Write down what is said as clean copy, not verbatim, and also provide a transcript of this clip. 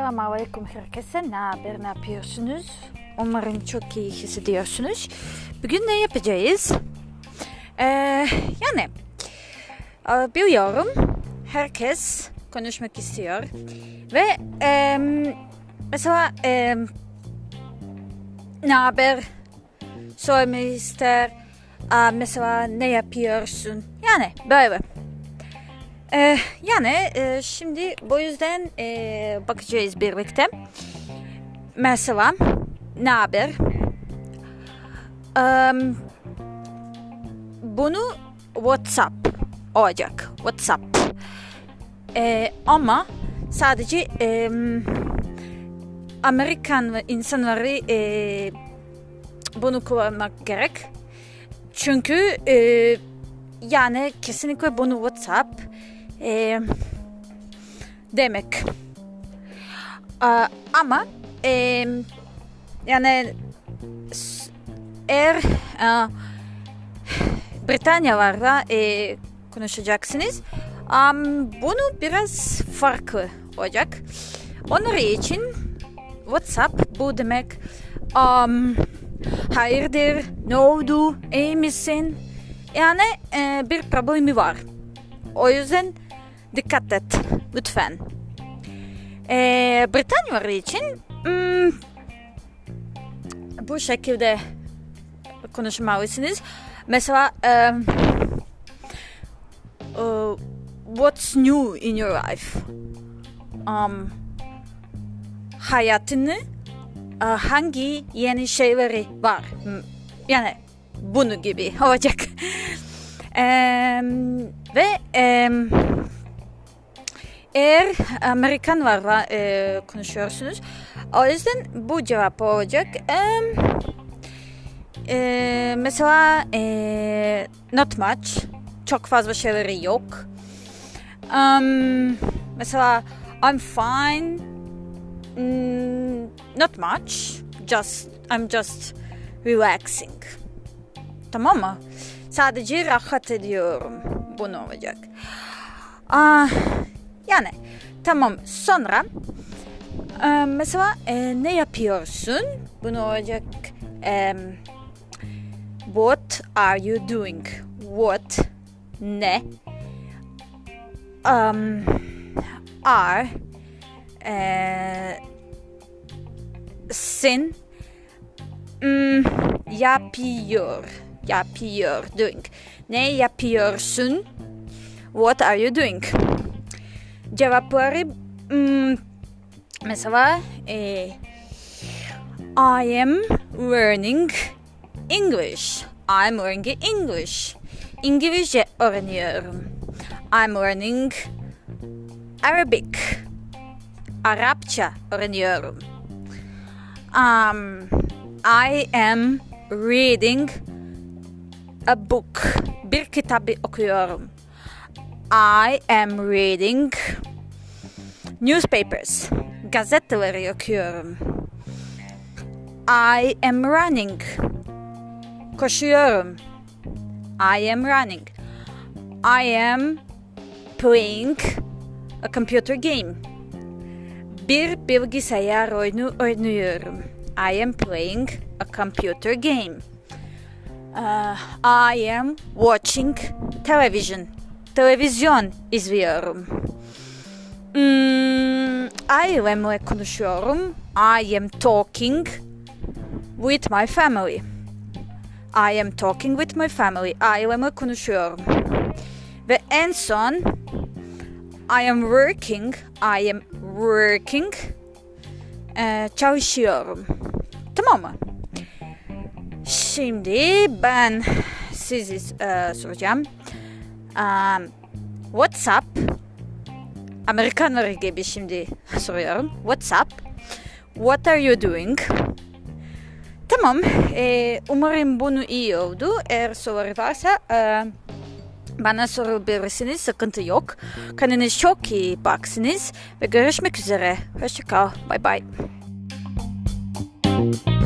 Selamünaleyküm herkese. Ne haber, ne yapıyorsunuz? Umarım çok iyi hissediyorsunuz. Bugün ne yapacağız? Biliyorum herkes konuşmak istiyor. Ve mesela ne haber sormayı ister. Mesela ne yapıyorsun? Yani böyle. Şimdi bu yüzden bakacağız birlikte. Mesela ne haber? Bunu WhatsApp olacak. WhatsApp. Ama sadece Amerikan insanları bunu kullanmak gerek. Çünkü yani kesinlikle bunu WhatsApp demek. Ama yani eğer Britanyalarla konuşacaksınız, bunu biraz farklı olacak. Onlar için WhatsApp bu demek. Hayırdır, ne oldu, iyi misin? Yani bir problemi var. O yüzden dikkat et lütfen. Britanyalılar için bu şekilde konuşmalısınız. Mesela what's new in your life? Hayatını hangi yeni şeyleri var? Yani bunu gibi olacak. Ve eğer Amerikanlarla konuşuyorsunuz, o yüzden bu cevap olacak. Mesela not much, çok fazla şeyleri yok. Mesela I'm fine, not much, I'm just relaxing. Tamam mı? Sadece rahat ediyorum. Bunu olacak. Yani tamam. Sonra mesela ne yapıyorsun? Bunu olacak. What are you doing? What ne? Are sen yapıyor. Doing. Ne yapıyorsun? What are you doing? Cevapları mesela I am learning English. I'm learning English. İngilizce öğreniyorum. I'm learning Arabic. Arapça öğreniyorum. I am reading a book. Bir kitabı okuyorum. I am reading newspapers. Gazeteleri okuyorum. I am running. Koşuyorum. I am running. I am playing a computer game. Bir bilgisayar oyunu oynuyorum. I am playing a computer game. I am watching television. Televizyon izliyorum. Ailemle konuşuyorum. I am talking with my family. I am talking with my family. Ailemle konuşuyorum. Ve en son I am working. Çalışıyorum. Tamam mı? Şimdi ben sizi soracağım. WhatsApp. Amerikanlar gibi şimdi soruyorum. WhatsApp. What are you doing? Tamam. Umarım bunu iyi oldu. Eğer soru varsa bana sorabilirsiniz. Sıkıntı yok. Kendinize çok iyi baksınız. Ve görüşmek üzere. Hoşça kal. Bye bye.